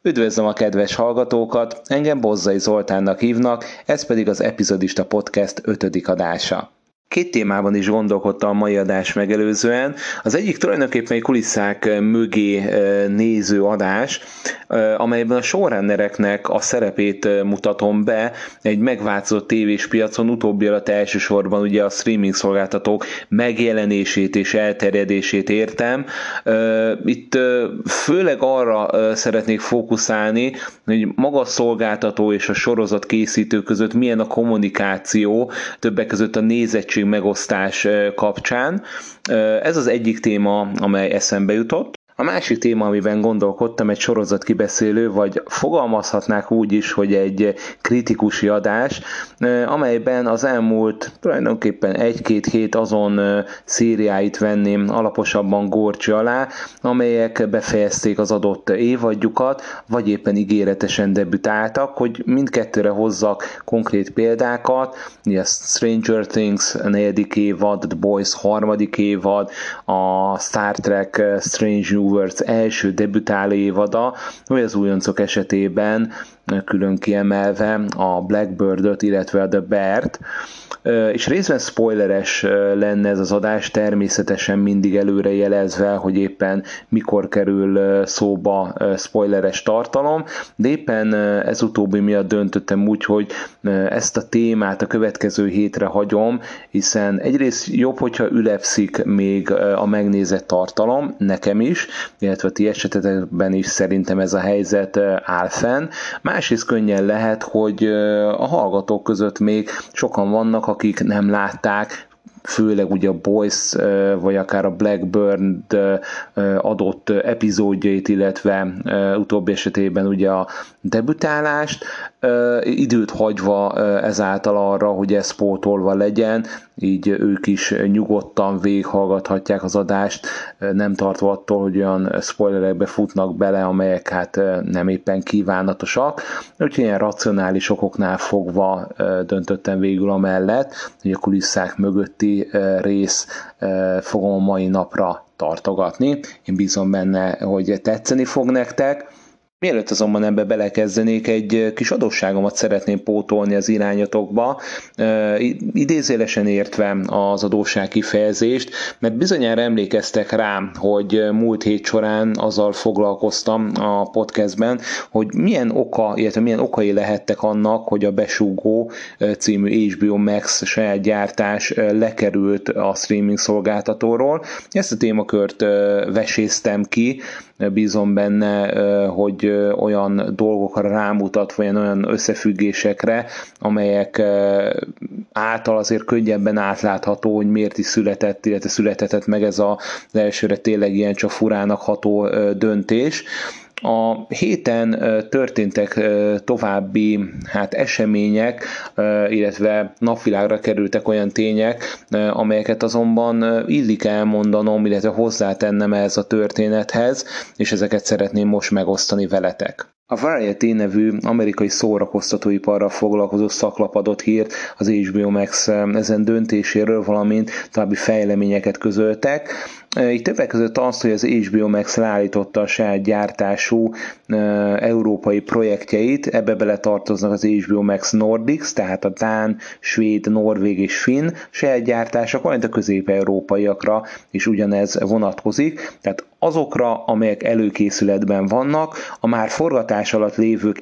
Üdvözlöm a kedves hallgatókat, engem Bozzai Zoltánnak hívnak, ez pedig az Epizodista Podcast 5. adása. Két témában is gondolkodtam a mai adás megelőzően. Az egyik tulajdonképpen egy kulisszák mögé néző adás, amelyben a showrunnereknek a szerepét mutatom be egy megváltozott tévés piacon, utóbbi alatt elsősorban ugye a streaming szolgáltatók megjelenését és elterjedését értem. Itt főleg arra szeretnék fókuszálni, hogy maga a szolgáltató és a sorozat készítő között milyen a kommunikáció, többek között a nézettség megosztás kapcsán. Ez az egyik téma, amely eszembe jutott. A másik téma, amiben gondolkodtam, egy sorozatkibeszélő, vagy fogalmazhatnák úgy is, hogy egy kritikusi adás, amelyben az elmúlt tulajdonképpen 1-2 hét azon szériáit venném alaposabban górcső alá, amelyek befejezték az adott évadjukat, vagy éppen ígéretesen debütáltak, hogy mindkettőre hozzak konkrét példákat, a Stranger Things 4. évad, The Boys 3. évad, a Star Trek Strange New Worlds első debütáló évada, vagy az újoncok esetében külön kiemelve a Blackbird-öt, illetve a The Bear-t, és részben spoileres lenne ez az adás, természetesen mindig előre jelezve, hogy éppen mikor kerül szóba spoileres tartalom, de éppen ez utóbbi miatt döntöttem úgy, hogy ezt a témát a következő hétre hagyom, hiszen egyrészt jobb, hogyha ülepszik még a megnézett tartalom, nekem is, illetve a ti esetetekben is szerintem ez a helyzet áll fenn. Másrészt könnyen lehet, hogy a hallgatók között még sokan vannak, akik nem látták, főleg ugye a Boys, vagy akár a Blackbird adott epizódjait, illetve utóbbi esetében ugye a debütálást, időt hagyva ezáltal arra, hogy ez pótolva legyen, így ők is nyugodtan végighallgathatják az adást, nem tartva attól, hogy olyan spoilerekbe futnak bele, amelyek hát nem éppen kívánatosak. Úgyhogy ilyen racionális okoknál fogva döntöttem végül amellett, hogy a kulisszák mögötti rész fogom a mai napra tartogatni. Én bízom benne, hogy tetszeni fog nektek. Mielőtt azonban ebbe belekezdenék, egy kis adósságomat szeretném pótolni az irányotokba, idézőjelesen értve az adósság kifejezést, mert bizonyára emlékeztek rám, hogy múlt hét során azzal foglalkoztam a podcastben, hogy milyen oka, illetve milyen okai lehettek annak, hogy a Besúgó című HBO Max saját gyártás lekerült a streaming szolgáltatóról. Ezt a témakört veséztem ki, bízom benne, hogy olyan dolgokra rámutat, vagy olyan összefüggésekre, amelyek által azért könnyebben átlátható, hogy miért is született, illetve született meg ez az elsőre tényleg ilyen csak furának ható döntés. A héten történtek további események, illetve napvilágra kerültek olyan tények, amelyeket azonban illik elmondanom, illetve hozzátennem ehhez a történethez, és ezeket szeretném most megosztani veletek. A Variety nevű amerikai szórakoztatóiparral foglalkozó szaklap adott hírt az HBO Max ezen döntéséről, valamint további fejleményeket közöltek. Így többek között azt, hogy az HBO Max leállította a saját gyártású európai projektjeit, ebbe bele tartoznak az HBO Max Nordics, tehát a dán, svéd, norvég és finn saját gyártások, valamint a közép-európaiakra is ugyanez vonatkozik, tehát azokra, amelyek előkészületben vannak, a már forgatás alatt lévők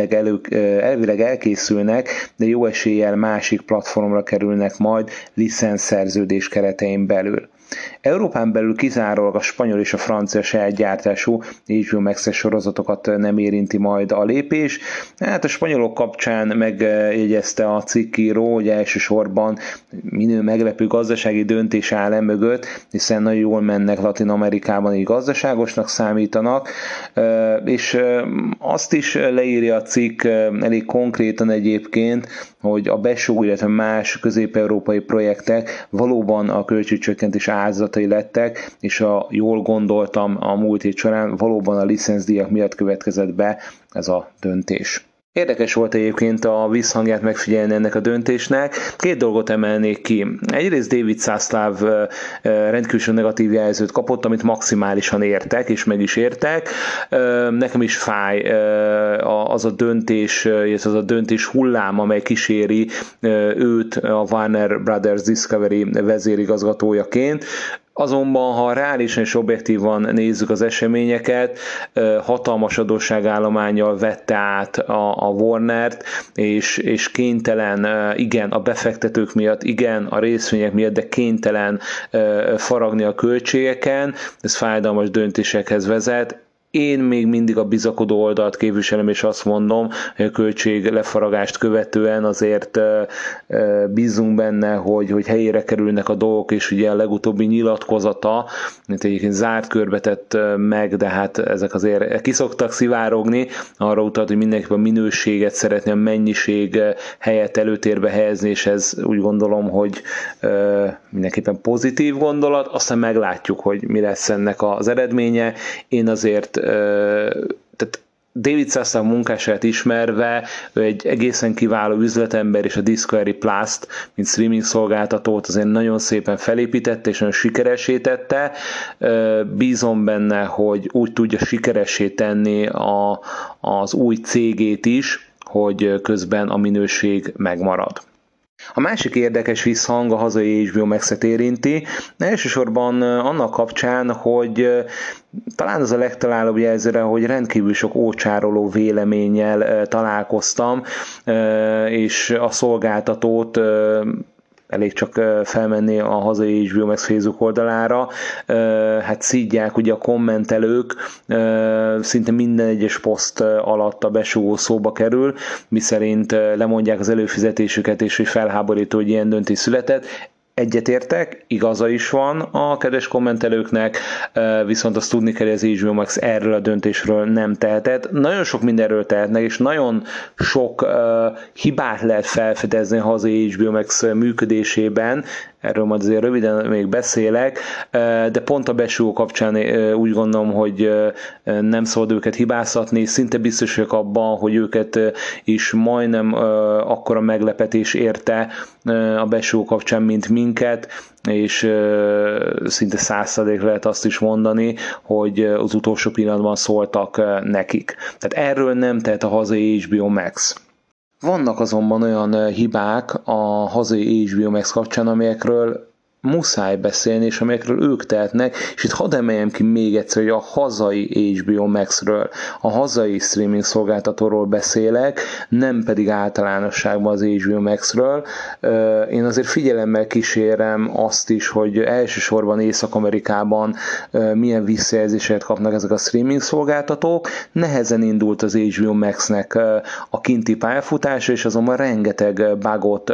elvileg elkészülnek, de jó eséllyel másik platformra kerülnek majd licenszerződés keretein belül. Európán belül kizárólag a spanyol és a francia saját gyártású HBO Max-es sorozatokat nem érinti majd a lépés. Hát a spanyolok kapcsán megjegyezte a cikkíró, hogy elsősorban minő meglepő gazdasági döntés áll mögött, hiszen nagyon jól mennek Latin Amerikában, így gazdaságosnak számítanak, és azt is leírja a cikk elég konkrétan egyébként, hogy a Besúgó, illetve más közép-európai projektek valóban a költségcsökkentés áldozatai lettek, és jól gondoltam a múlt hét során, valóban a licencdíjak miatt következett be ez a döntés. Érdekes volt egyébként a visszhangját megfigyelni ennek a döntésnek. Két dolgot emelnék ki. Egyrészt David Zaslav rendkívül negatív jelzőt kapott, amit maximálisan értek, és meg is értek. Nekem is fáj az a döntés, az a döntés hullám, amely kíséri őt a Warner Brothers Discovery vezérigazgatójaként. Azonban, ha reálisan és objektívan nézzük az eseményeket, hatalmas adósságállománnyal vette át a Warnert, és kénytelen, igen, a befektetők miatt, igen, a részvények miatt, de kénytelen faragni a költségeken, ez fájdalmas döntésekhez vezet. Én még mindig a bizakodó oldalt képviselem, és azt mondom, hogy a költség lefaragást követően azért bízunk benne, hogy helyére kerülnek a dolgok, és ugye a legutóbbi nyilatkozata, mint egyébként zárt körbe tett meg, de hát ezek azért kiszoktak szivárogni, arra utalt, hogy mindenképpen a minőséget szeretné a mennyiség helyett előtérbe helyezni, és ez úgy gondolom, hogy mindenképpen pozitív gondolat, aztán meglátjuk, hogy mi lesz ennek az eredménye. Én azért tehát David Zaslav munkását ismerve, ő egy egészen kiváló üzletember, és a Discovery Plus-t, mint streaming szolgáltatót azért nagyon szépen felépítette, és nagyon sikeresé tette. Bízom benne, hogy úgy tudja sikeresé tenni az új cégét is, hogy közben a minőség megmarad. A másik érdekes visszhang a hazai HBO Max-et érinti, elsősorban annak kapcsán, hogy talán az a legtalálóbb jelzőre, hogy rendkívül sok ócsároló véleménnyel találkoztam, és a szolgáltatót elég csak felmenni a hazai HBO Max Facebook oldalára, hát szídják ugye a kommentelők, szinte minden egyes poszt alatt a besúgó szóba kerül, miszerint lemondják az előfizetésüket, és hogy felháborító, hogy ilyen döntés született. Egyetértek, igaza is van a kedves kommentelőknek, viszont azt tudni kell, hogy az HBO Max erről a döntésről nem tehetett. Nagyon sok mindenről tehetnek, és nagyon sok hibát lehet felfedezni a hazai HBO Max működésében, erről majd azért röviden még beszélek, de pont a besúgó kapcsán úgy gondolom, hogy nem szabad őket hibáztatni, szinte biztos vagyok abban, hogy őket is majdnem akkora meglepetés érte a besúgó kapcsán, mint minket, és szinte 100% lehet azt is mondani, hogy az utolsó pillanatban szóltak nekik. Tehát erről nem tehet a hazai HBO Max. Vannak azonban olyan hibák a hazai HBO Max kapcsán, amelyekről muszáj beszélni, és amelyekről ők tehetnek, és itt hadd emeljem ki még egyszer, hogy a hazai HBO Maxről, a hazai streaming szolgáltatóról beszélek, nem pedig általánosságban az HBO Maxről. Én azért figyelemmel kísérem azt is, hogy elsősorban Észak-Amerikában milyen visszajelzéseket kapnak ezek a streaming szolgáltatók. Nehezen indult az HBO Maxnek a kinti pályafutása, és azonban rengeteg bugot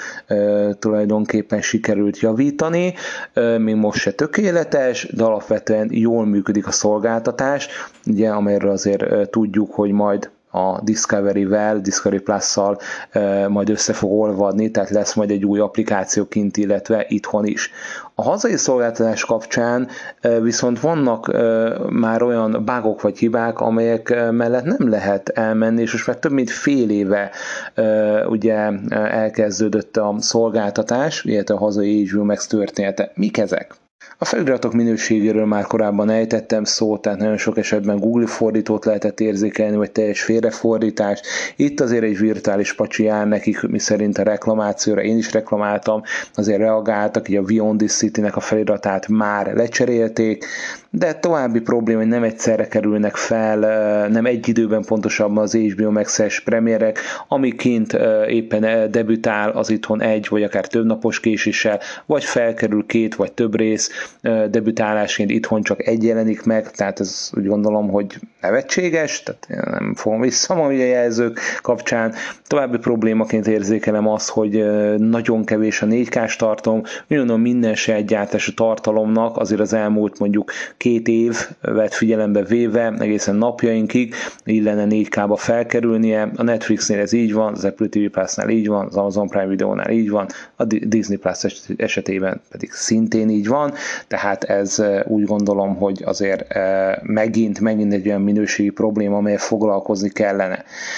tulajdonképpen sikerült javítani, még most se tökéletes, de alapvetően jól működik a szolgáltatás, ugye, amelyről azért tudjuk, hogy majd a Discovery-vel, Discovery Plus-szal majd össze fog olvadni, tehát lesz majd egy új applikáció kint, illetve itthon is. A hazai szolgáltatás kapcsán viszont vannak már olyan bugok vagy hibák, amelyek mellett nem lehet elmenni, és most már több mint fél éve ugye elkezdődött a szolgáltatás, illetve a hazai HBO Max története. Mik ezek? A feliratok minőségéről már korábban ejtettem szót, tehát nagyon sok esetben Google fordítót lehetett érzékelni, vagy teljes félrefordítást. Itt azért egy virtuális pacsi jár nekik, miszerint a reklamációra én is reklamáltam, azért reagáltak, hogy a Beyond This City-nek a feliratát már lecserélték, de további probléma, hogy nem egyszerre kerülnek fel, nem egy időben pontosabban az HBO Max-es premierek, ami kint éppen debütál, az itthon egy vagy akár több napos késéssel, vagy felkerül két vagy több rész, debütálásként itthon csak egy jelenik meg, tehát ez úgy gondolom, hogy nevetséges, tehát nem fogom visszamondani a jelzők kapcsán. További problémaként érzékelem azt, hogy nagyon kevés a 4K-s tartalom, ugyanúgy minden sajátgyártású tartalomnak azért az elmúlt mondjuk 2 év vett figyelembe véve egészen napjainkig illene 4K-ba felkerülnie. A Netflixnél ez így van, az Apple TV Plus-nál így van, az Amazon Prime Video-nál így van, a Disney Plus esetében pedig szintén így van, tehát ez úgy gondolom, hogy azért megint egy olyan minőségi probléma, amelyel foglalkozni kellene.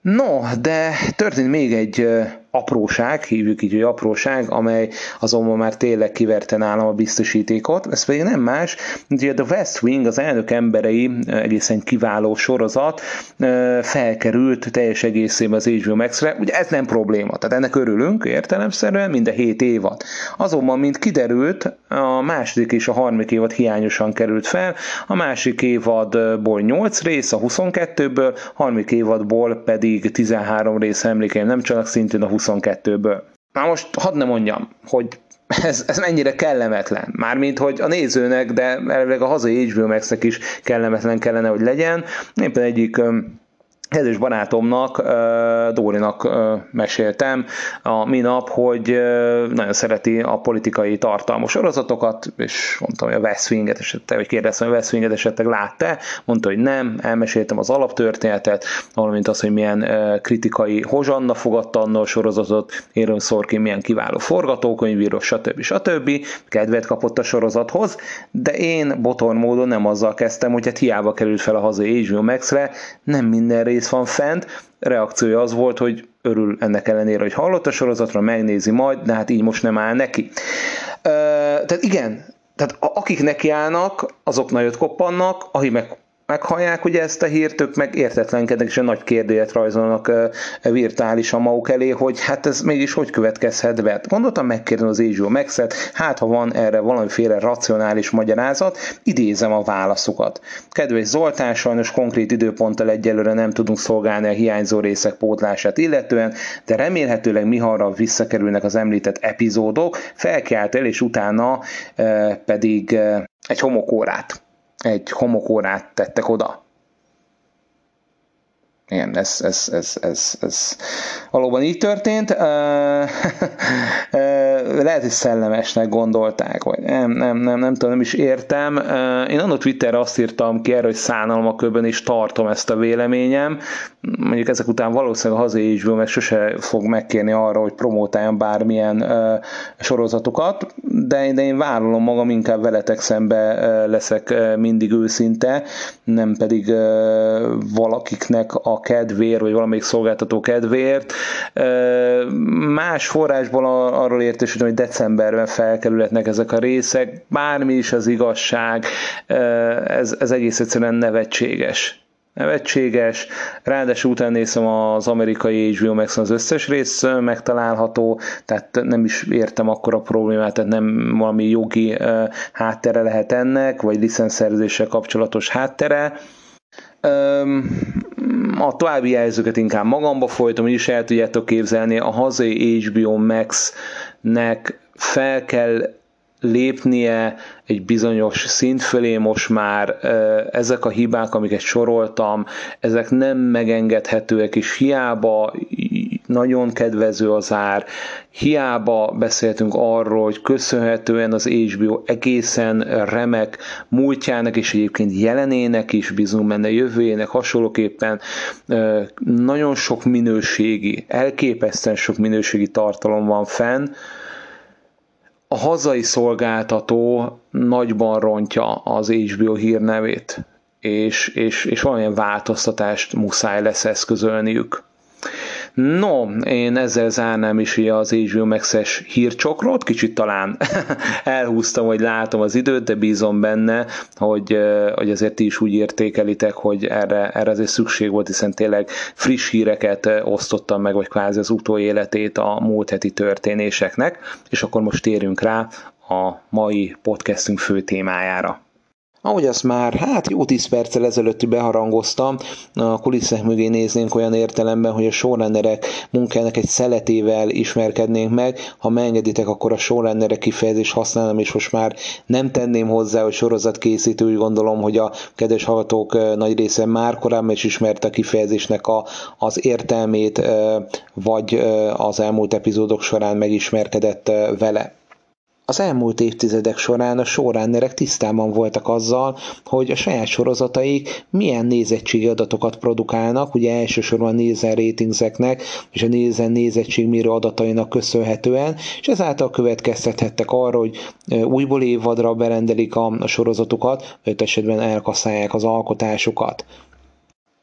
No, de történt még egy apróság, hívjuk így, hogy apróság, amely azonban már tényleg kiverte nálam a biztosítékot, ez pedig nem más, ugye The West Wing, az Elnök emberei egészen kiváló sorozat felkerült teljes egészében az HBO Max-re, ugye ez nem probléma, tehát ennek örülünk értelemszerűen, minden 7 évad. Azonban, mint kiderült, a második és a harmadik évad hiányosan került fel, a másik évadból 8 rész, a 22-ből, a harmadik évadból pedig 13 rész, emlékeim nem csak szintén a 22-ből. Na most hadd ne mondjam, hogy ez mennyire kellemetlen. Mármint, hogy a nézőnek, de elvileg a hazai HBO Max-nek is kellemetlen kellene, hogy legyen. Éppen egyik kedves barátomnak, Dórinak meséltem a minap, hogy nagyon szereti a politikai tartalmú sorozatokat, és mondtam, hogy a West Winget esetleg, vagy kérdeztem, hogy a West Winget esetleg látta, mondta, hogy nem, elmeséltem az alaptörténetet, valamint az, hogy milyen kritikai hozsanna fogadta anna a sorozatot, Aaron Sorkin milyen kiváló forgatókönyvíró, stb. Kedvet kapott a sorozathoz, de én botorn módon nem azzal kezdtem, hogy hát hiába került fel a hazai HBO Max-re, nem minden rész van fent, reakciója az volt, hogy örül ennek ellenére, hogy hallott a sorozatra, megnézi majd, de hát így most nem áll neki. Tehát igen, tehát akik nekiállnak, azok nagyot koppannak, akik meghallják ugye ezt a hírt, ők meg értetlenkednek, és a nagy kérdőjet rajzolnak virtuálisan maguk elé, hogy hát ez mégis hogy következhet be. Gondoltam megkérdezni az HBO Max-et, hát ha van erre valamiféle racionális magyarázat, idézem a válaszokat. Kedves Zoltán, sajnos konkrét időponttal egyelőre nem tudunk szolgálni a hiányzó részek pótlását illetően, de remélhetőleg mihamarabb visszakerülnek az említett epizódok, felkelt el, és utána pedig egy homokórát tettek oda. Igen, ez valóban így történt. Lehet, hogy szellemesnek gondolták, vagy nem tudom, nem is értem. Én annak Twitterre azt írtam ki erre, hogy szánalom a kőben, és tartom ezt a véleményem. Mondjuk ezek után valószínűleg a hazai HBO meg sose fog megkérni arra, hogy promótáljon bármilyen sorozatokat, de én vállalom magam, inkább veletek szembe leszek mindig őszinte, nem pedig valakiknek a kedvéért, vagy valamelyik szolgáltató kedvéért. Más forrásból arról értesültem, hogy decemberben felkerülhetnek ezek a részek, bármi is az igazság, ez egész egyszerűen nevetséges. Ráadásul utána nézem az amerikai HBO Max-on az összes rész megtalálható, tehát nem is értem akkor a problémát, tehát nem valami jogi háttere lehet ennek, vagy licenszerzéssel kapcsolatos háttere. A további jelzőket inkább magamba folytom, is el tudjátok képzelni, a hazai HBO Max-nek fel kell lépnie egy bizonyos szint fölé most már, ezek a hibák, amiket soroltam, ezek nem megengedhetőek, és hiába nagyon kedvező az ár, hiába beszéltünk arról, hogy köszönhetően az HBO egészen remek múltjának, és egyébként jelenének is, bízunk benne jövőjének hasonlóképpen nagyon sok minőségi, elképesztően sok minőségi tartalom van fenn. A hazai szolgáltató nagyban rontja az HBO hírnevét, és valamilyen változtatást muszáj lesz eszközölniük. No, én ezzel zárnám is az HBO Max-es hírcsokrot, kicsit talán elhúztam, hogy látom az időt, de bízom benne, hogy azért ti is úgy értékelitek, hogy erre azért szükség volt, hiszen tényleg friss híreket osztottam meg, vagy kvázi az utóéletét a múlt heti történéseknek, és akkor most térjünk rá a mai podcastünk fő témájára. Ahogy azt már, jó 10 perccel ezelőtt beharangoztam, a kulisszák mögé néznénk olyan értelemben, hogy a showrunnerek munkának egy szeletével ismerkednénk meg. Ha megengeditek, akkor a showrunnerek kifejezést használom, és most már nem tenném hozzá, hogy sorozatkészítő, úgy gondolom, hogy a kedves hallgatók nagy része már korábban is ismerte a kifejezésnek az értelmét, vagy az elmúlt epizódok során megismerkedett vele. Az elmúlt évtizedek során a showrunnerek tisztában voltak azzal, hogy a saját sorozataik milyen nézettségi adatokat produkálnak, ugye elsősorban Nielsen ratingseknek és a Nielsen nézettségmérő adatainak köszönhetően, és ezáltal következtethettek arra, hogy újból évadra berendelik a sorozatukat, 5 esetben elkasszálják az alkotásukat.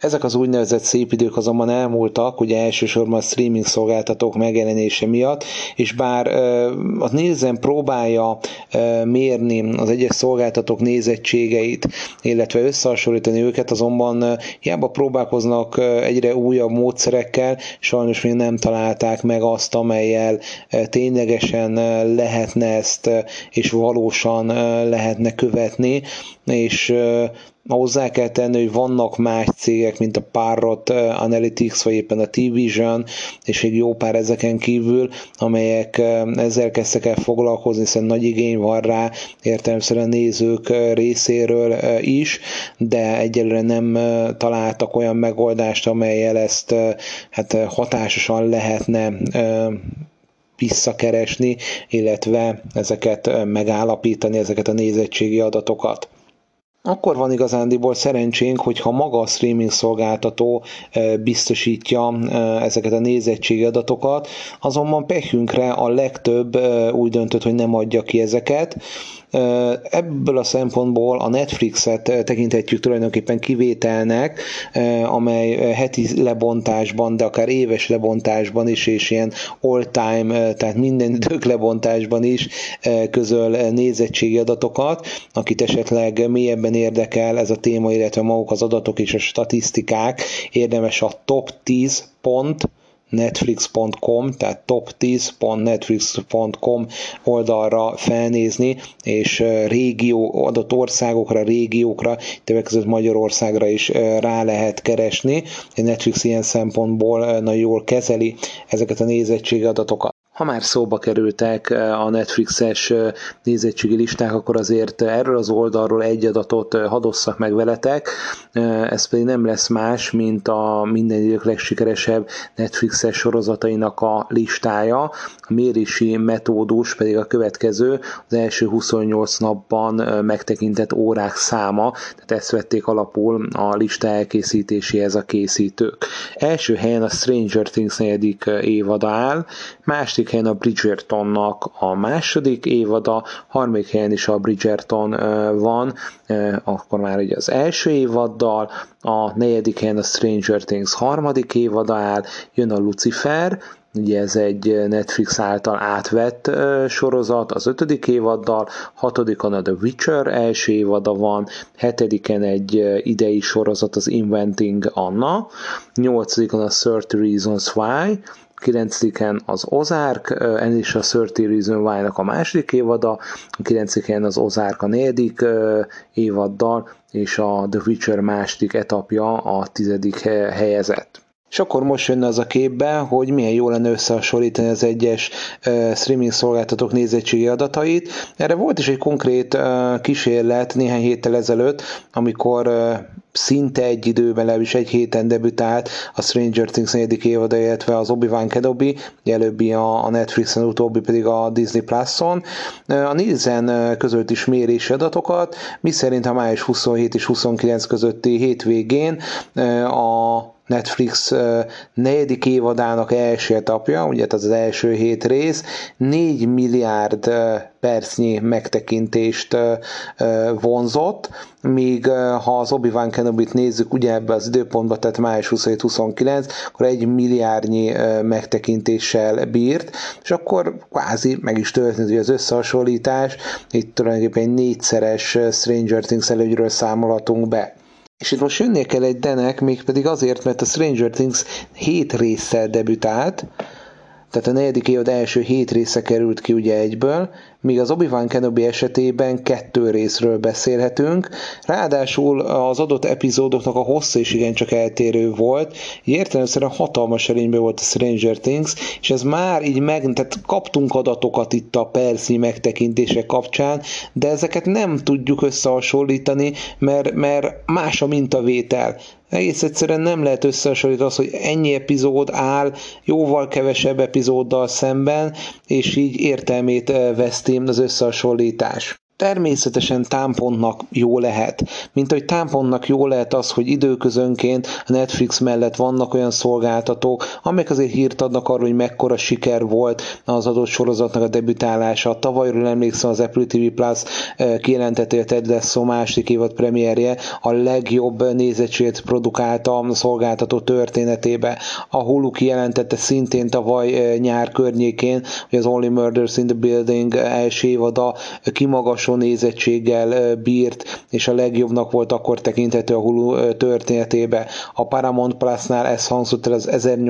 Ezek az úgynevezett szép idők azonban elmúltak, ugye elsősorban a streaming szolgáltatók megjelenése miatt, és bár a Nielsen próbálja mérni az egyes szolgáltatók nézettségeit, illetve összehasonlítani őket, azonban hiába próbálkoznak egyre újabb módszerekkel, sajnos még nem találták meg azt, amellyel ténylegesen lehetne ezt, és valósan lehetne követni, és hozzá kell tenni, hogy vannak más cégek, mint a Parrot Analytics, vagy éppen a T-Vision, és még jó pár ezeken kívül, amelyek ezzel kezdtek el foglalkozni, hiszen nagy igény van rá értelemszerűen nézők részéről is, de egyelőre nem találtak olyan megoldást, amellyel ezt hatásosan lehetne visszakeresni, illetve ezeket megállapítani, ezeket a nézettségi adatokat. Akkor van igazándiból szerencsénk, hogyha maga a streaming szolgáltató biztosítja ezeket a nézettségi adatokat, azonban pehünkre a legtöbb úgy döntött, hogy nem adja ki ezeket. Ebből a szempontból a Netflixet tekinthetjük tulajdonképpen kivételnek, amely heti lebontásban, de akár éves lebontásban is, és ilyen all-time, tehát minden idők lebontásban is közöl nézettségi adatokat, akit esetleg mélyebben érdekel ez a téma, illetve maguk az adatok és a statisztikák, érdemes a top10.netflix.com, tehát top10.netflix.com oldalra felnézni, és adott országokra, régiókra, többek között Magyarországra is rá lehet keresni. A Netflix ilyen szempontból nagyon jól kezeli ezeket a nézettségi adatokat. Ha már szóba kerültek a Netflixes nézettségi listák, akkor azért erről az oldalról egy adatot hadosszak meg veletek, ez pedig nem lesz más, mint a minden idők legsikeresebb Netflixes sorozatainak a listája. A mérési metódus pedig a következő, az első 28 napban megtekintett órák száma, tehát ezt vették alapul a lista elkészítéséhez a készítők. Első helyen a Stranger Things 4. évada áll, második helyen a Bridgertonnak a második évada, harmadik helyen is a Bridgerton van, akkor már ugye az első évaddal, a negyedik helyen a Stranger Things harmadik évada áll, jön a Lucifer, ugye ez egy Netflix által átvett sorozat az 5. évaddal, 6-on a The Witcher első évada van, 7-en egy idei sorozat, az Inventing Anna, 8-on a 30 Reasons Why, 9-en az Ozark, ennél is a 30 Reasons Why-nak a második évada, a 9-en az Ozark a 4. évaddal, és a The Witcher második etapja a 10. helyezett. És akkor most jönne az a képbe, hogy milyen jó lenne összehasonlítani az egyes streaming szolgáltatók nézettségi adatait. Erre volt is egy konkrét kísérlet néhány héttel ezelőtt, amikor szinte egy időben, legalábbis egy héten debütált a Stranger Things 4. évada, illetve az Obi-Wan Kenobi, előbbi a Netflixen, utóbbi pedig a Disney Plus-on. A Nielsen között is mérési adatokat, miszerint a május 27 és 29 közötti hétvégén a Netflix 4. évadának első etapja, ugye az első 7 rész, 4 milliárd percnyi megtekintést vonzott, míg ha az Obi-Wan Kenobit nézzük ugye ebbe az időpontba, tehát május 27-29, akkor 1 milliárdnyi megtekintéssel bírt, és akkor kvázi meg is történt az összehasonlítás, itt tulajdonképpen egy 4-szeres Stranger Things előnyről számolhatunk be. És itt most jönnie kell egy denek, mégpedig azért, mert a Stranger Things 7 résszel debütált, tehát a 4. évad első 7 része került ki ugye egyből, míg az Obi-Wan Kenobi esetében 2 részről beszélhetünk, ráadásul az adott epizódoknak a hossza is igencsak eltérő volt, így értelemszerűen hatalmas előnyben volt a Stranger Things, és ez már így tehát kaptunk adatokat itt a percnyi megtekintések kapcsán, de ezeket nem tudjuk összehasonlítani, mert más a mintavétel. Egész egyszerűen nem lehet összehasonlítani azt, hogy ennyi epizód áll jóval kevesebb epizóddal szemben, és így értelmét veszti az összehasonlítás. természetesen támpontnak jó lehet. Mint hogy támpontnak jó lehet az, hogy időközönként a Netflix mellett vannak olyan szolgáltatók, amelyek azért hírt adnak arról, hogy mekkora siker volt az adott sorozatnak a debütálása. Tavalyról emlékszem, az Apple TV Plus kijelentette, hogy a Ted Lasso második évad premierje a legjobb nézettséget produkálta a szolgáltató történetébe. A Hulu kijelentette szintén tavaly nyár környékén, hogy az Only Murders in the Building első évada kimagasló nézettséggel bírt, és a legjobbnak volt akkor tekinthető a Hulu történetébe. A Paramount Plus-nál ez hangzott el az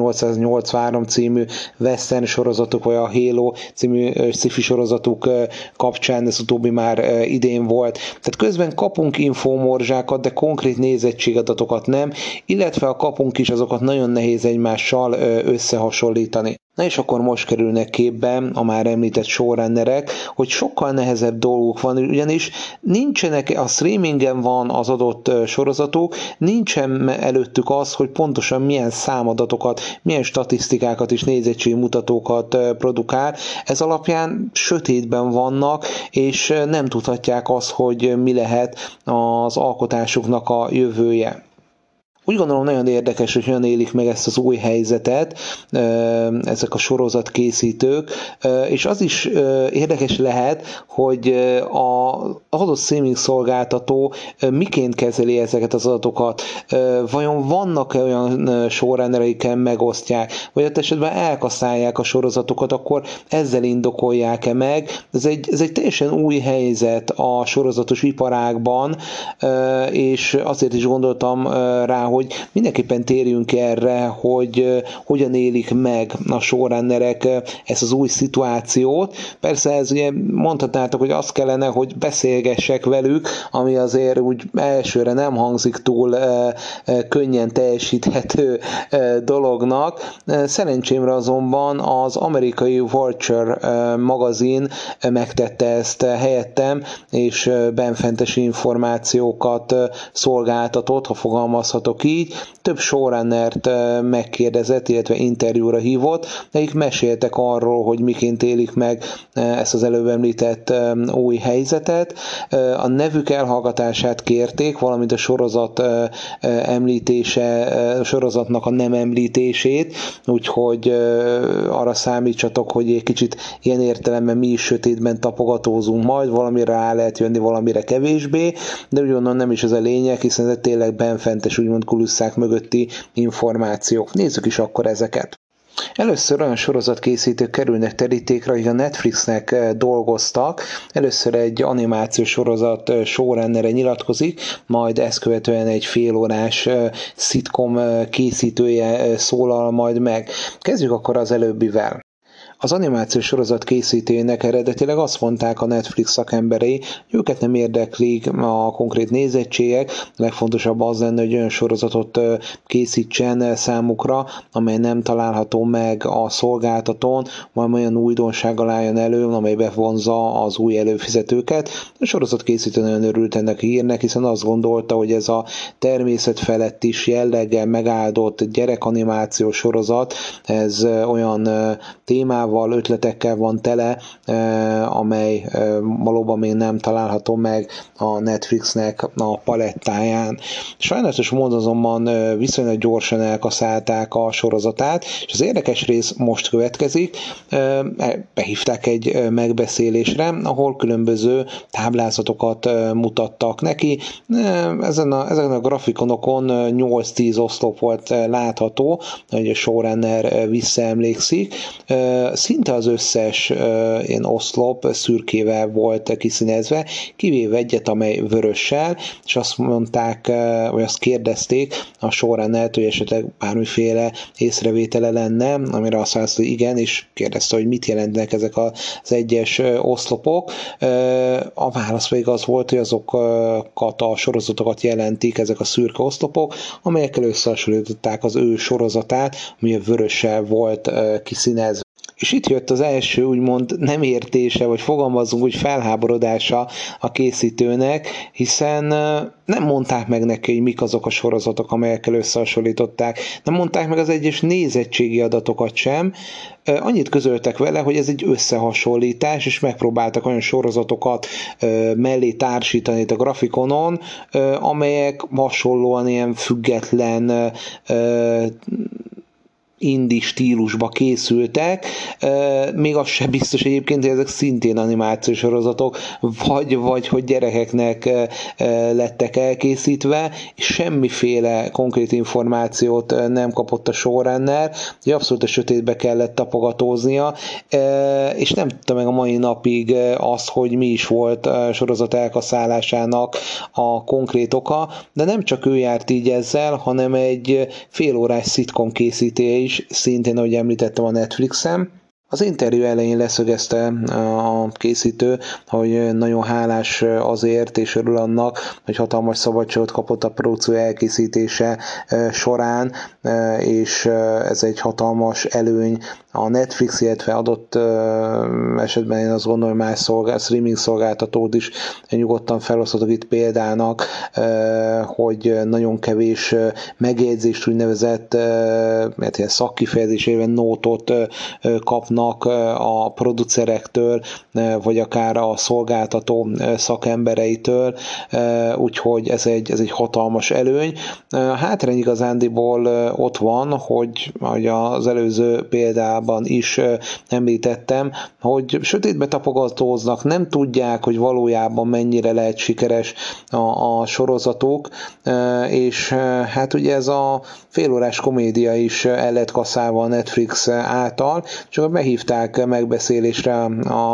1883 című western sorozatuk, vagy a Halo című sci-fi sorozatuk kapcsán, ez utóbbi már idén volt. Tehát közben kapunk infomorzsákat, de konkrét nézettségadatokat nem, illetve a kapunk is, azokat nagyon nehéz egymással összehasonlítani. Na és akkor most kerülnek képbe a már említett showrunnerek, hogy sokkal nehezebb dolguk van, ugyanis nincsenek, a streamingen van az adott sorozatuk, nincsen előttük az, hogy pontosan milyen számadatokat, milyen statisztikákat és nézettségmutatókat produkál. Ez alapján sötétben vannak, és nem tudhatják azt, hogy mi lehet az alkotásuknak a jövője. Úgy gondolom nagyon érdekes, hogy hogyan élik meg ezt az új helyzetet ezek a sorozatkészítők, és az is érdekes lehet, hogy az adott streaming szolgáltató miként kezeli ezeket az adatokat. Vajon vannak-e olyan showrunnereikkel megosztják, vagy ott esetben elkaszálják a sorozatokat, akkor ezzel indokolják-e meg. Ez egy teljesen új helyzet a sorozatos iparágban, és azért is gondoltam rá, hogy mindenképpen térjünk erre, hogy hogyan élik meg a showrunnerek ezt az új szituációt. Persze ez ugye mondhatnátok, hogy azt kellene, hogy beszélgessek velük, ami azért úgy elsőre nem hangzik túl könnyen teljesíthető dolognak. Szerencsémre azonban az amerikai Vulture magazin megtette ezt helyettem, és benfentes információkat szolgáltatott, ha fogalmazhatok így. Több showrunnert megkérdezett, illetve interjúra hívott, nekik meséltek arról, hogy miként élik meg ezt az előbb említett új helyzetet. A nevük elhallgatását kérték, valamint a sorozat említése, sorozatnak a nem említését, úgyhogy arra számítsatok, hogy egy kicsit ilyen értelemben mi is sötétben tapogatózunk majd, valamire rá lehet jönni, valamire kevésbé, de úgy gondolom nem is ez a lényeg, hiszen ez tényleg benfentes, úgymond kulisszák mögötti információk. Nézzük is akkor ezeket. Először olyan sorozatkészítők kerülnek terítékre, akik a Netflixnek dolgoztak. Először egy animációs sorozat showrunnere nyilatkozik, majd ezt követően egy félórás szitcom készítője szólal majd meg. Kezdjük akkor az előbbivel. Az animációs sorozat készítőjének eredetileg azt mondták a Netflix szakemberei, hogy őket nem érdeklik a konkrét nézettségek, a legfontosabb az lenne, hogy olyan sorozatot készítsen számukra, amely nem található meg a szolgáltatón, majd olyan újdonsággal álljon elő, amely bevonza az új előfizetőket. A sorozat készítő nagyon örült ennek a hírnek, hiszen azt gondolta, hogy ez a természet felett is jelleggel megáldott gyerekanimációs sorozat, ez olyan témával, ötletekkel van tele, amely valóban még nem található meg a Netflixnek a palettáján. Sajnálatos módon azonban viszonylag gyorsan elkaszálták a sorozatát, és az érdekes rész most következik. Behívták egy megbeszélésre, ahol különböző táblázatokat mutattak neki. Ezeken a grafikonokon 8-10 oszlop volt látható, hogy a showrunner visszaemlékszik. Szinte az összes ilyen oszlop szürkével volt kiszínezve, kivéve egyet, amely vörössel, és azt mondták, vagy azt kérdezték a showrunnert, hogy esetleg bármiféle észrevétele lenne, amire azt mondta, hogy igen, és kérdezte, hogy mit jelentnek ezek az egyes oszlopok. A válasz pedig az volt, hogy azokat a sorozatokat jelentik, ezek a szürke oszlopok, amelyekkel összehasonlították az ő sorozatát, ami a vörössel volt kiszínezve. És itt jött az első úgymond nem értése, vagy fogalmazunk úgy felháborodása a készítőnek, hiszen nem mondták meg neki, hogy mik azok a sorozatok, amelyekkel összehasonlították. Nem mondták meg az egyes nézettségi adatokat sem. Annyit közöltek vele, hogy ez egy összehasonlítás, és megpróbáltak olyan sorozatokat mellé társítani a grafikonon, amelyek hasonlóan ilyen független indie stílusba készültek, még az sem biztos egyébként, hogy ezek szintén animációs sorozatok, vagy hogy gyerekeknek lettek elkészítve, és semmiféle konkrét információt nem kapott a showrunner, hogy abszolút a sötétbe kellett tapogatóznia, és nem tudta meg a mai napig azt, hogy mi is volt a sorozat elkaszálásának a konkrét oka, de nem csak ő járt így ezzel, hanem egy félórás szitkom készítője is, szintén, ahogy említettem, a Netflixen. Az interjú elején leszögezte a készítő, hogy nagyon hálás azért, és örül annak, hogy hatalmas szabadságot kapott a produkció elkészítése során, és ez egy hatalmas előny a Netflix, illetve adott esetben én azt gondolom, hogy más streaming szolgáltatót is nyugodtan felhozhatok itt példának, hogy nagyon kevés megjegyzést, úgynevezett szakkifejezésében nótot kapnak a producerektől, vagy akár a szolgáltató szakembereitől, úgyhogy ez egy hatalmas előny. Hátrány igazándiból ott van, hogy az előző példában is említettem, hogy sötétbe tapogatóznak, nem tudják, hogy valójában mennyire lehet sikeres a sorozatuk, és hát ugye ez a félórás komédia is el lett kaszálva a Netflix által, csak behívták megbeszélésre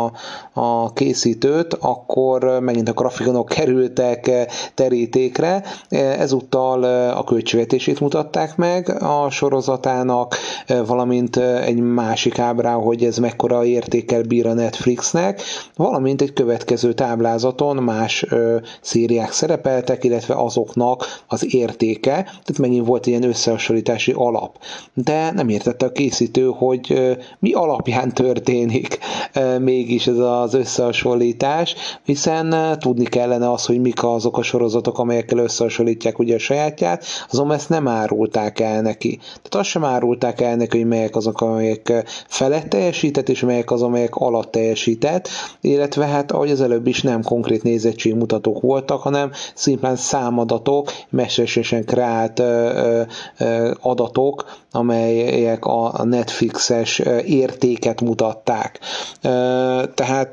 a készítőt, akkor megint a grafikonok kerültek terítékre, ezúttal a költségvetését mutatták meg a sorozatának, valamint egy másik ábrán, hogy ez mekkora értékkel bír a Netflixnek, valamint egy következő táblázaton más szériák szerepeltek, illetve azoknak az értéke, tehát megint volt ilyen összehasonlítási alap. De nem értette a készítő, hogy mi alapján történik mégis ez az összehasonlítás, hiszen tudni kellene az, hogy mik azok a sorozatok, amelyekkel összehasonlítják ugye a sajátját, azonban ezt nem árulták el neki. Tehát azt sem árulták el neki, hogy melyek azok, amelyek felett teljesített, és melyek az, amelyek alatt teljesített, illetve hát ahogy az előbb is nem konkrét nézettségmutatók voltak, hanem szimplán számadatok, mesterségesen kreált adatok, amelyek a Netflixes értéket mutatták. Tehát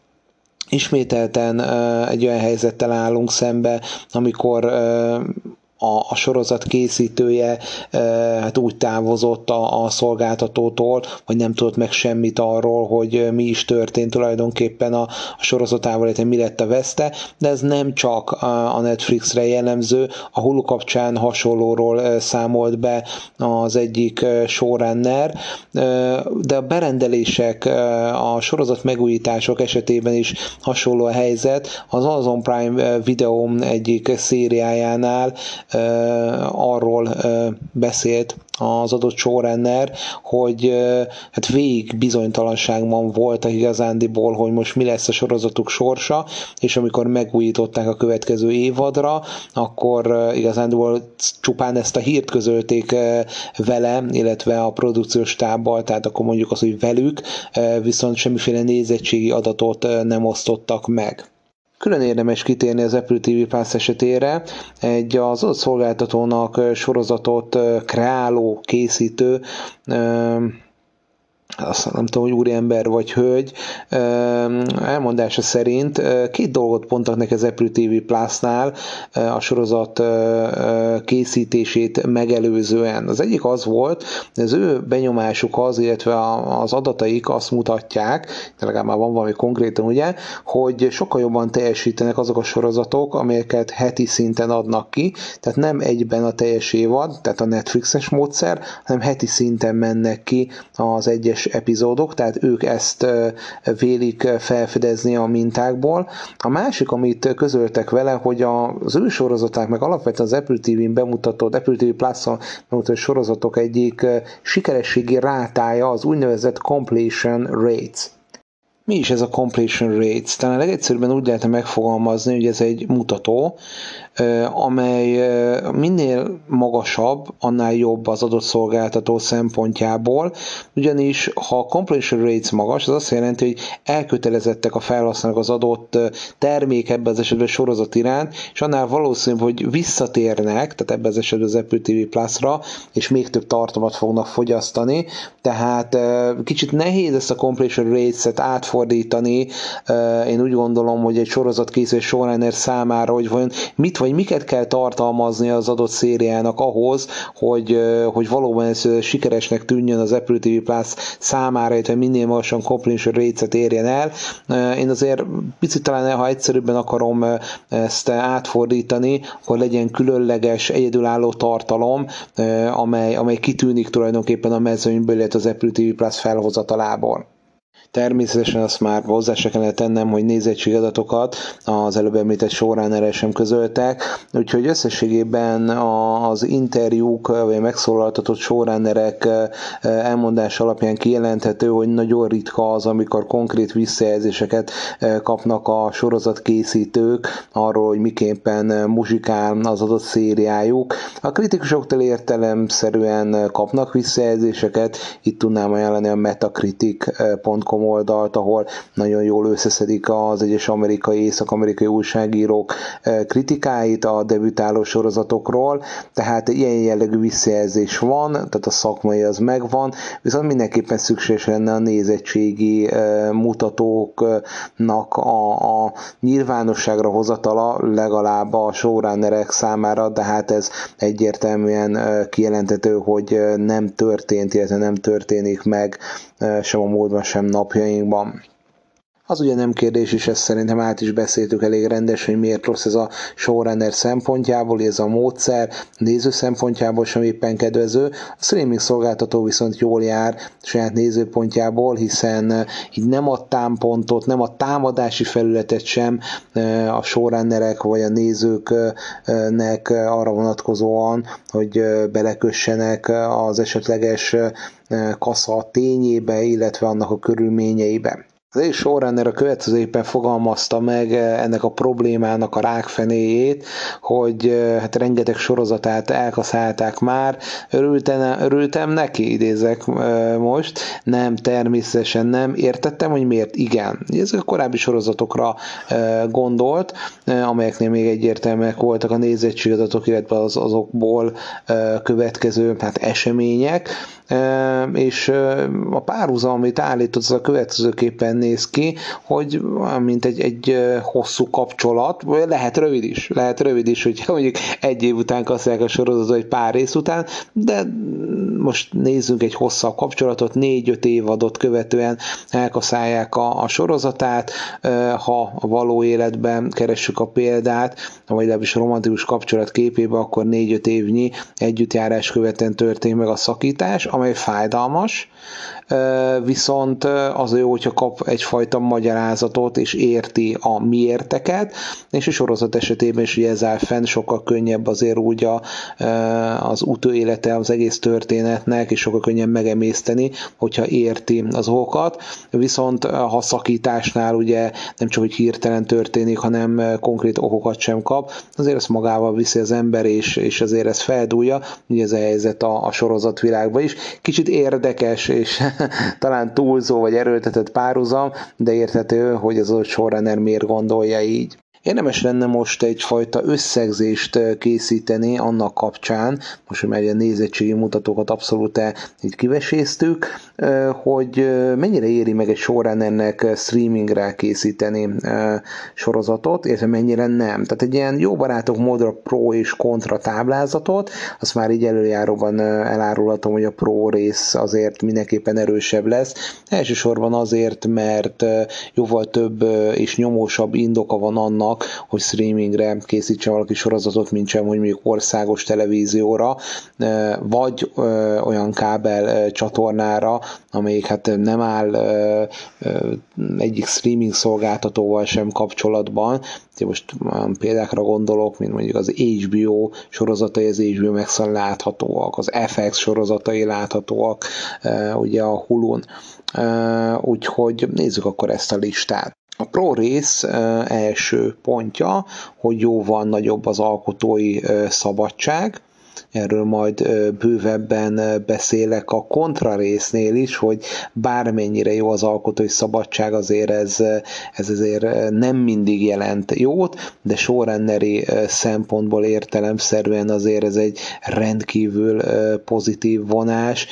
ismételten egy olyan helyzettel állunk szembe, amikor a sorozat készítője hát úgy távozott a szolgáltatótól, hogy nem tudott meg semmit arról, hogy mi is történt tulajdonképpen a sorozatával, illetve mi lett a veszte, de ez nem csak a Netflixre jellemző, a Hulu kapcsán hasonlóról számolt be az egyik showrunner, de a berendelések, a sorozat megújítások esetében is hasonló a helyzet. Az Amazon Prime Video egyik szériájánál arról beszélt az adott showrunner, hogy hát végig bizonytalanságban voltak igazándiból, hogy most mi lesz a sorozatuk sorsa, és amikor megújították a következő évadra, akkor igazándiból csupán ezt a hírt közölték vele, illetve a produkciós stábbal, tehát akkor mondjuk az, hogy velük, viszont semmiféle nézettségi adatot nem osztottak meg. Külön érdemes kitérni az Apple TV Plus esetére, egy az adott szolgáltatónak sorozatot kreáló készítő, azt nem tudom, hogy úriember vagy hölgy, elmondása szerint két dolgot mondtak neki az Apple TV Plus-nál a sorozat készítését megelőzően. Az egyik az volt, hogy az ő benyomásuk az, illetve az adataik azt mutatják, de legalább már van valami konkrétan, ugye, hogy sokkal jobban teljesítenek azok a sorozatok, amelyeket heti szinten adnak ki, tehát nem egyben a teljes évad, tehát a Netflixes módszer, hanem heti szinten mennek ki az egyes epizódok, tehát ők ezt vélik felfedezni a mintákból. A másik, amit közöltek vele, hogy az ő sorozaták, meg alapvetően az Apple TV-n bemutatott, Apple TV Plus-on bemutatott sorozatok egyik sikerességi rátája az úgynevezett completion rates. Mi is ez a completion rates? Talán legegyszerűbben úgy lehetne megfogalmazni, hogy ez egy mutató, amely minél magasabb, annál jobb az adott szolgáltató szempontjából, ugyanis ha a completion rates magas, az azt jelenti, hogy elkötelezettek a felhasználók az adott termék, ebben az esetben sorozat iránt, és annál valószínűbb, hogy visszatérnek, tehát ebben az esetben az Apple TV Plus-ra, és még több tartalmat fognak fogyasztani, tehát kicsit nehéz ezt a completion rates-et átfordítani. Én úgy gondolom, hogy egy sorozatkészítő showrunner számára, hogy vajon mit vagy miket kell tartalmazni az adott szériának ahhoz, hogy valóban ez sikeresnek tűnjön az Apple TV Plus számára, illetve minél magasan completion rates-et érjen el. Én azért picit talán, ha egyszerűbben akarom ezt átfordítani, akkor legyen különleges, egyedülálló tartalom, amely kitűnik tulajdonképpen a mezőnyből, illetve az Apple TV Plus felhozatalából. Természetesen azt már hozzá se kellene tennem, hogy nézettségadatokat az előbb említett showrunnerrel sem közöltek, úgyhogy összességében az interjúk vagy a megszólaltatott showrunnerek elmondása alapján kijelenthető, hogy nagyon ritka az, amikor konkrét visszajelzéseket kapnak a sorozatkészítők arról, hogy miképpen muzsikál az adott szériájuk. A kritikusoktól értelemszerűen kapnak visszajelzéseket, itt tudnám ajánlani a metacritic.com oldalt, ahol nagyon jól összeszedik az egyes észak-amerikai újságírók kritikáit a debütáló sorozatokról, tehát ilyen jellegű visszajelzés van, tehát a szakmai az megvan, viszont mindenképpen szükséges lenne a nézettségi mutatóknak a nyilvánosságra hozatala legalább a showrunnerek számára, de hát ez egyértelműen kijelentető, hogy nem történt, illetve nem történik meg sem a múltban, sem napjainkban. Az ugye nem kérdés, és ezt szerintem át is beszéltük elég rendes, hogy miért rossz ez a showrunner szempontjából, ez a módszer, néző szempontjából sem éppen kedvező. A streaming szolgáltató viszont jól jár saját nézőpontjából, hiszen így nem ad támpontot, nem a támadási felületet sem a showrunnerek vagy a nézőknek arra vonatkozóan, hogy belekössenek az esetleges kasza tényébe, illetve annak a körülményeibe. Az egyik showrunner a következő éppen fogalmazta meg ennek a problémának a rákfenéjét, hogy hát rengeteg sorozatát elkaszálták már, örültem neki, idézek most, nem, természetesen nem, értettem, hogy miért, igen. Ezek a korábbi sorozatokra gondolt, amelyeknél még egyértelműek voltak a nézettségadatok, illetve azokból következő események, és a párhuzam, amit állított, az a következőképpen néz ki, hogy mint egy hosszú kapcsolat, lehet rövid is, hogyha mondjuk egy év után kaszálják a sorozatot, egy pár rész után, de most nézzünk egy hosszabb kapcsolatot, 4-5 évadot követően elkaszálják a sorozatát, ha a való életben keressük a példát, vagy legalábbis a romantikus kapcsolat képében, akkor 4-5 évnyi együttjárás követően történik meg a szakítás, amely fájdalmas, viszont az jó, hogyha kap egyfajta magyarázatot, és érti a miérteket, és a sorozat esetében is ez áll fenn, sokkal könnyebb azért úgy az utóélete az egész történetnek, és sokkal könnyebb megemészteni, hogyha érti az okokat, viszont ha szakításnál ugye nem csak hogy hirtelen történik, hanem konkrét okokat sem kap, azért ezt magával viszi az ember, és azért ez feldúlja, ugye ez a helyzet a sorozatvilágban is. Kicsit érdekes, és talán túlzó vagy erőltetett párhuzam, de érthető, hogy az adott showrunner miért gondolja így. Érdemes lenne most egyfajta összegzést készíteni annak kapcsán, most, hogy már a nézettségi mutatókat abszolút így kiveséztük, hogy mennyire éri meg egy showrunnernek streamingre készíteni sorozatot, illetve mennyire nem. Tehát egy ilyen jó barátok módra pro és kontra táblázatot, azt már így előjáróban elárulhatom, hogy a pro rész azért mindenképpen erősebb lesz. Elsősorban azért, mert jóval több és nyomósabb indoka van annak, annak, hogy streamingre készítsen valaki sorozatot, mint sem, hogy mondjuk országos televízióra, vagy olyan kábel csatornára, amelyik hát nem áll egyik streaming szolgáltatóval sem kapcsolatban. Most példákra gondolok, mint mondjuk az HBO sorozatai, az HBO Max-on láthatóak, az FX sorozatai láthatóak ugye a Hulun. Úgyhogy nézzük akkor ezt a listát. A Pro rész első pontja, hogy jóval nagyobb az alkotói szabadság. Erről majd bővebben beszélek a kontra résznél is, hogy bármennyire jó az alkotói szabadság, azért ez azért nem mindig jelent jót, de showrunneri szempontból értelemszerűen azért ez egy rendkívül pozitív vonás,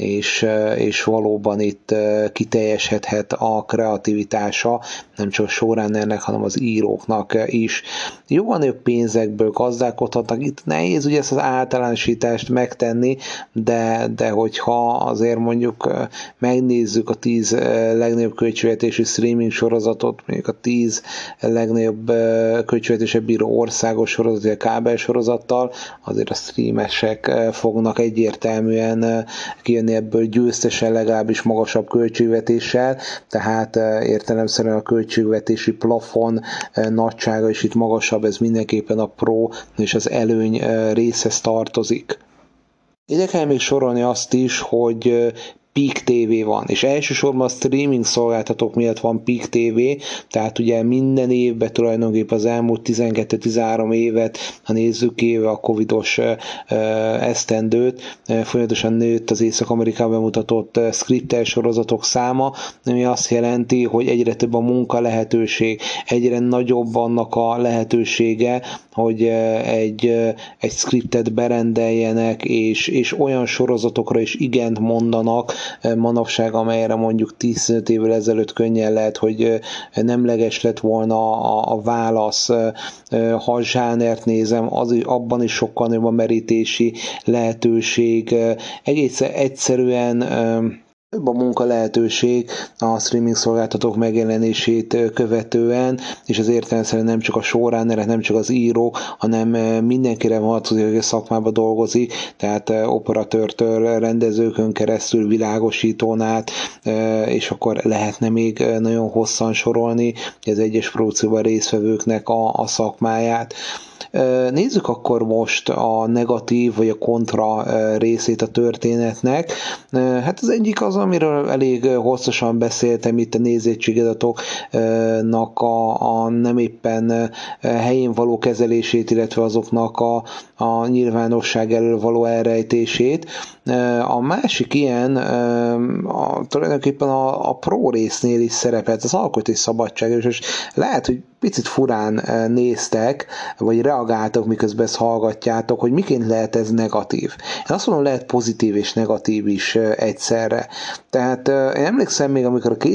és valóban itt kiteljesedhet a kreativitása, nem csak a showrunnernek, hanem az íróknak is. Jóval nagyobb pénzekből gazdálkodhatnak, itt nehéz ugye ezt az általánosítást megtenni, de hogyha azért mondjuk megnézzük a 10 legnagyobb költségvetésű streaming sorozatot, mondjuk a 10 legnagyobb költségvetésre bíró országos sorozat, a kábel sorozattal, azért a streamesek fognak egyértelműen kijönni ebből győztesen, legalábbis magasabb költségvetéssel, tehát értelemszerűen a költségvetési plafon nagysága is itt magasabb, ez mindenképpen a pro és az előny részhez tartozik. Ide kell még sorolni azt is, hogy Peak TV van, és elsősorban a streaming szolgáltatók miatt van Peak TV, tehát ugye minden évben tulajdonképpen az elmúlt 12-13 évet, ha nézzük éve a covidos esztendőt, folyamatosan nőtt az Észak-Amerikában bemutatott scriptes sorozatok száma, ami azt jelenti, hogy egyre több a munka lehetőség, egyre nagyobb annak a lehetősége, hogy egy scriptet berendeljenek, és olyan sorozatokra is igent mondanak manapság, amelyre mondjuk 15 évvel ezelőtt könnyen lehet, hogy nemleges lett volna a válasz. Ha a zsánert nézem, abban is sokkal nagyobb a merítési lehetőség. Egészen egyszerűen több a munka lehetőség a streaming szolgáltatók megjelenését követően, és az értelemszerűen nem csak a showrunnerek, nem csak az írók, hanem mindenkire vonatkozik, aki a szakmában dolgozik, tehát operatőrtől, rendezőkön keresztül, világosítón át, és akkor lehetne még nagyon hosszan sorolni az egyes produkcióban résztvevőknek a szakmáját. Nézzük akkor most a negatív vagy a kontra részét a történetnek. Hát az egyik az, amiről elég hosszasan beszéltem itt a nézettségadatoknak a nem éppen helyén való kezelését, illetve azoknak a nyilvánosság elől való elrejtését. A másik ilyen tulajdonképpen a pro résznél is szerepelt, az alkotói szabadság, és lehet, hogy picit furán néztek, vagy reagáltok, miközben ezt hallgatjátok, hogy miként lehet ez negatív. Én azt mondom, lehet pozitív és negatív is egyszerre. Tehát én emlékszem még, amikor a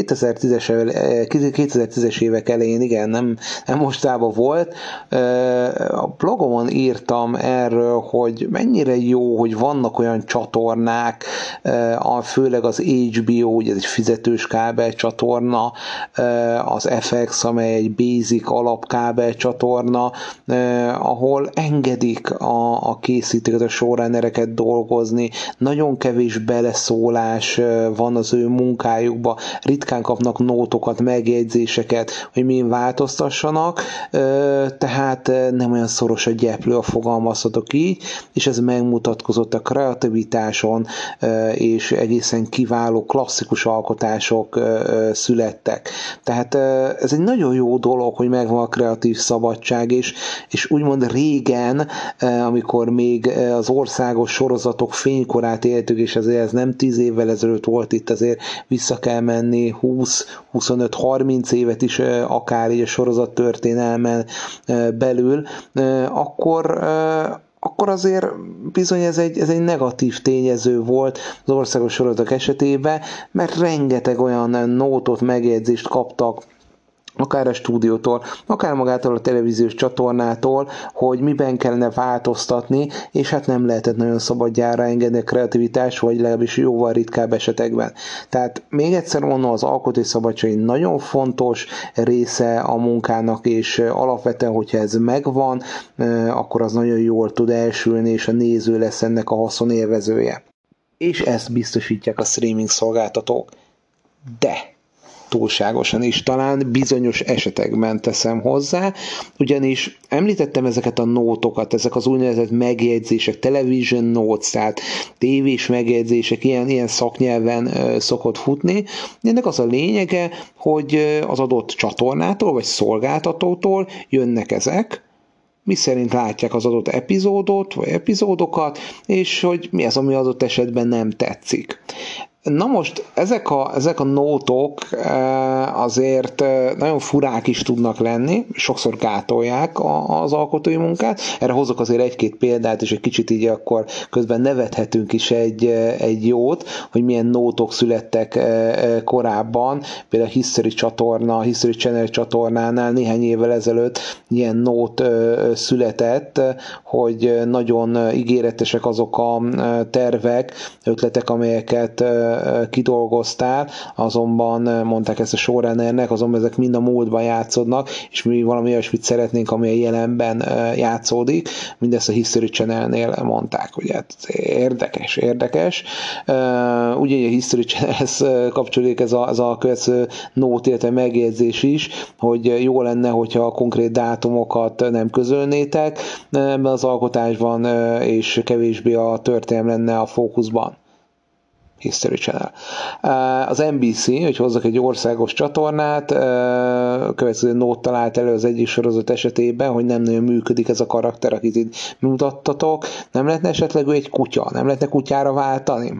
2010-es évek elején, igen, nem mostában volt, a blogomon írtam erről, hogy mennyire jó, hogy vannak olyan csatornák, főleg az HBO, ugye ez egy fizetős kábelcsatorna, az FX, amely egy basic alapkábel csatorna, ahol engedik a készítőket, a showrunnereket dolgozni, nagyon kevés beleszólás van az ő munkájukba, ritkán kapnak nótokat, megjegyzéseket, hogy min változtassanak, tehát nem olyan szoros a gyeplő, a fogalmazhatok így, és ez megmutatkozott a kreativitáson, és egészen kiváló klasszikus alkotások születtek. Tehát ez egy nagyon jó dolog, hogy megvan a kreatív szabadság, és úgymond régen, amikor még az országos sorozatok fénykorát éltük, és azért ez nem 10 évvel ezelőtt volt, itt azért vissza kell menni 20-25-30 évet is akár így a sorozat történelmen belül, akkor azért bizony ez egy negatív tényező volt az országos sorozatok esetében, mert rengeteg olyan nótot, megjegyzést kaptak akár a stúdiótól, akár magától a televíziós csatornától, hogy miben kellene változtatni, és hát nem lehetett nagyon szabadjára engedni a kreativitás, vagy legalábbis jóval ritkább esetekben. Tehát még egyszer mondom, az alkotói szabadság egy nagyon fontos része a munkának, és alapvetően, hogyha ez megvan, akkor az nagyon jól tud elsülni, és a néző lesz ennek a haszonélvezője. És ezt biztosítják a streaming szolgáltatók. De túlságosan is talán bizonyos esetekben teszem hozzá, ugyanis említettem ezeket a nótokat, ezek az úgynevezett megjegyzések, television notes, tehát tévés megjegyzések, ilyen szaknyelven szokott futni. Ennek az a lényege, hogy az adott csatornától vagy szolgáltatótól jönnek ezek, miszerint látják az adott epizódot vagy epizódokat, és hogy mi az, ami adott esetben nem tetszik. Na most ezek a nótok azért nagyon furák is tudnak lenni, sokszor gátolják az alkotói munkát. Erre hozok azért egy-két példát, és egy kicsit így akkor közben nevethetünk is egy jót, hogy milyen nótok születtek korábban. Például a History Channel csatornánál néhány évvel ezelőtt ilyen nót született, hogy nagyon ígéretesek azok a tervek, ötletek, amelyeket kidolgoztál, azonban mondták ezt a showrunnernek, azonban ezek mind a múltban játszódnak, és mi valami olyasmit szeretnénk, ami a jelenben játszódik. Mindezt a History Channelnél mondták, ugye hát érdekes. Ugye a History Channelhez kapcsolódik ez a következő nót, illetve megjegyzés is, hogy jó lenne, hogyha a konkrét dátumokat nem közölnétek ebben az alkotásban, és kevésbé a történelem lenne a fókuszban. History Channel. Az NBC, hogy hozzak egy országos csatornát, következő nót talált elő az egyik sorozat esetében, hogy nem nagyon működik ez a karakter, akit itt mutattatok. Nem lehetne esetleg ő egy kutya? Nem lehetne kutyára váltani?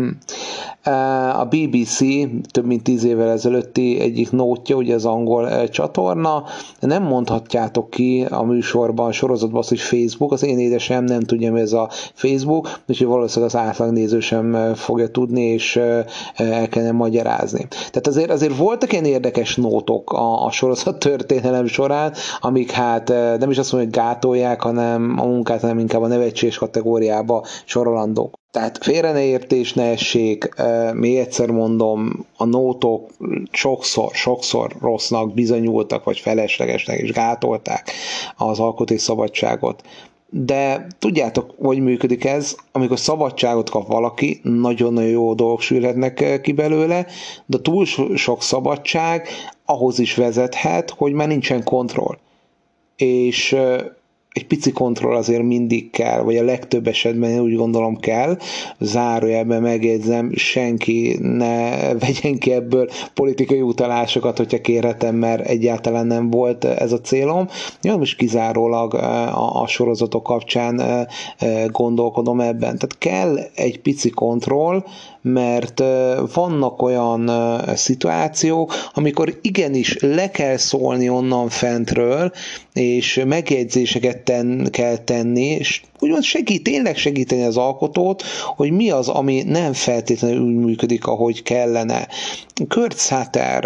A BBC több mint 10 évvel ezelőtti egyik nótja, ugye az angol csatorna, nem mondhatjátok ki a műsorban, a sorozatban azt, hogy Facebook, az én édesem nem tudja, mi ez a Facebook, úgyhogy valószínűleg az átlagnéző sem fogja tudni, és el kellene magyarázni. Tehát azért voltak ilyen érdekes nótok a sorozat történelem során, amik hát nem is azt mondom, hogy gátolják, hanem a munkát, hanem inkább a nevetséges kategóriába sorolandók. Tehát félre ne értés, ne essék, még egyszer mondom, a nótok sokszor rossznak bizonyultak, vagy feleslegesnek, és gátolták az alkotói szabadságot. De tudjátok, hogy működik ez, amikor szabadságot kap valaki, nagyon-nagyon jó dolgok sülhetnek ki belőle, de túl sok szabadság ahhoz is vezethet, hogy már nincsen kontroll. És egy pici kontroll azért mindig kell, vagy a legtöbb esetben én úgy gondolom kell, zárójelben megjegyzem, senki ne vegyen ki ebből politikai utalásokat, hogyha kérhetem, mert egyáltalán nem volt ez a célom. Én most kizárólag a sorozatok kapcsán gondolkodom ebben. Tehát kell egy pici kontroll, mert vannak olyan szituációk, amikor igenis le kell szólni onnan fentről, és megjegyzéseket kell tenni, és úgymond tényleg segíteni az alkotót, hogy mi az, ami nem feltétlenül úgy működik, ahogy kellene. Kurt Sutter,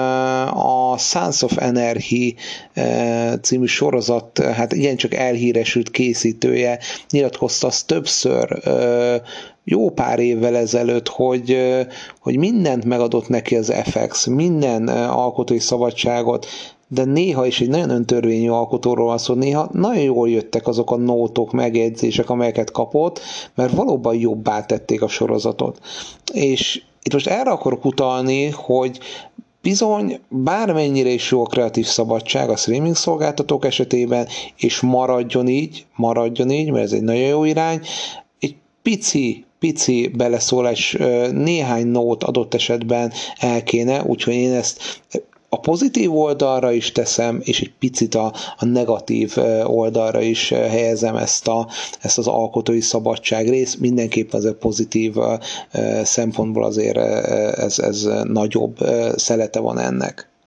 a Sons of Anarchy című sorozat, hát igencsak elhíresült készítője, nyilatkozta azt többször, jó pár évvel ezelőtt, hogy mindent megadott neki az FX, minden alkotói szabadságot, de néha is egy nagyon öntörvényű alkotóról van szó, néha nagyon jól jöttek azok a nótok, megjegyzések, amelyeket kapott, mert valóban jobbá tették a sorozatot. És itt most erre akarok utalni, hogy bizony, bármennyire is jó a kreatív szabadság a streaming szolgáltatók esetében, és maradjon így, mert ez egy nagyon jó irány, egy pici beleszólás, néhány nót adott esetben el kéne, úgyhogy én ezt a pozitív oldalra is teszem, és egy picit a negatív oldalra is helyezem ezt az alkotói szabadság részt. Mindenképpen az a pozitív szempontból azért ez nagyobb szelete van ennek.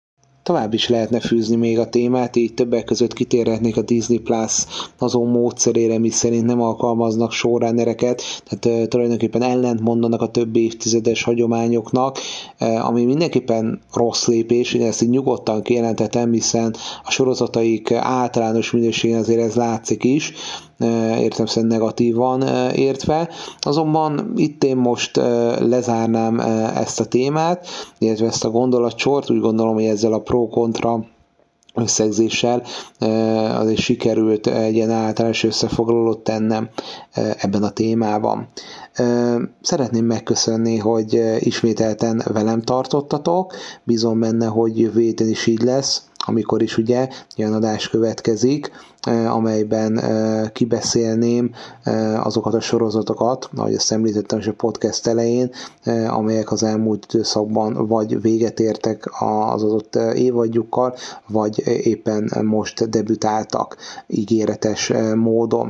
tovább is lehetne fűzni még a témát, így többek között kitérhetnék a Disney Plus azon módszerére, mi szerint nem alkalmaznak showrunnereket, tehát tulajdonképpen ellent mondanak a több évtizedes hagyományoknak, ami mindenképpen rossz lépés, én ezt így nyugodtan kijelenthetem, hiszen a sorozataik általános minőségén azért ez látszik is, értelemszerűen negatívan értve. Azonban itt én most lezárnám ezt a témát, illetve ezt a gondolatsort, úgy gondolom, hogy ezzel a pro-kontra összegzéssel azért sikerült egy ilyen általános összefoglalót tennem ebben a témában. Szeretném megköszönni, hogy ismételten velem tartottatok, bízom benne, hogy jövő héten is így lesz, amikor is ugye olyan adás következik, amelyben kibeszélném azokat a sorozatokat, ahogy azt említettem is a podcast elején, amelyek az elmúlt időszakban vagy véget értek az adott évadjukkal, vagy éppen most debütáltak ígéretes módon.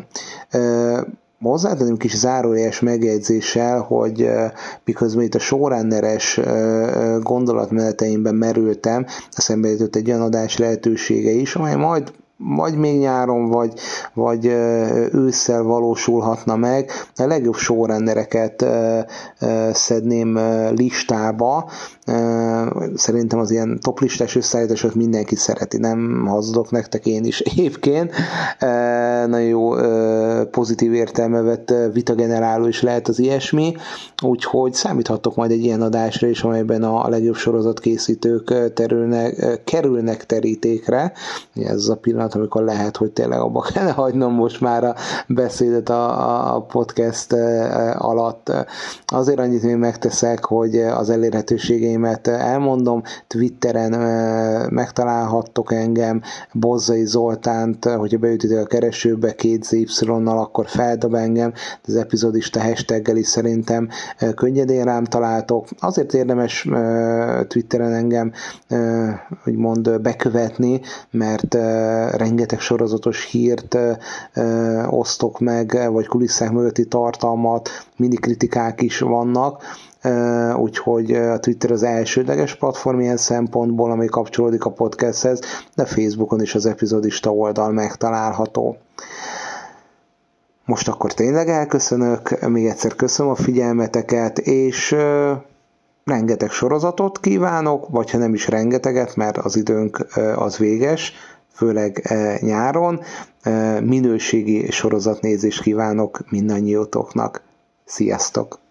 Hozzátenném kis zárójeles megjegyzéssel, hogy miközben itt a showrunneres gondolatmeneteimben merültem, eszembe jutott egy olyan adás lehetősége is, amely majd vagy még nyáron, vagy ősszel valósulhatna meg. A legjobb showrunnereket szedném listába. Szerintem az ilyen toplistás összeállításot mindenki szereti, nem hazudok nektek, én is egyébként. Nagyon jó pozitív értelme vett vitageneráló is lehet az ilyesmi, úgyhogy számíthattok majd egy ilyen adásra is, amelyben a legjobb sorozatkészítők kerülnek terítékre. Ez az a pillanat, amikor lehet, hogy tényleg abba kellene hagynom most már a beszédet a podcast alatt. Azért annyit még megteszek, hogy az elérhetőségeimet elmondom. Twitteren megtalálhattok engem, Bozzai Zoltánt, hogyha beütitek a keresőbe 2 ZY-nal, akkor feldob engem, az epizódista hashtaggel is szerintem könnyedén rám találtok. Azért érdemes Twitteren engem úgymond bekövetni, mert rengeteg sorozatos hírt osztok meg, vagy kulisszák mögötti tartalmat, mini kritikák is vannak, úgyhogy a Twitter az elsődleges platform ilyen szempontból, ami kapcsolódik a podcasthez, de Facebookon is az epizódista oldal megtalálható. Most akkor tényleg elköszönök, még egyszer köszönöm a figyelmeteket, és rengeteg sorozatot kívánok, vagy ha nem is rengeteget, mert az időnk az véges, főleg nyáron, minőségi sorozatnézést kívánok mindannyiótoknak. Sziasztok!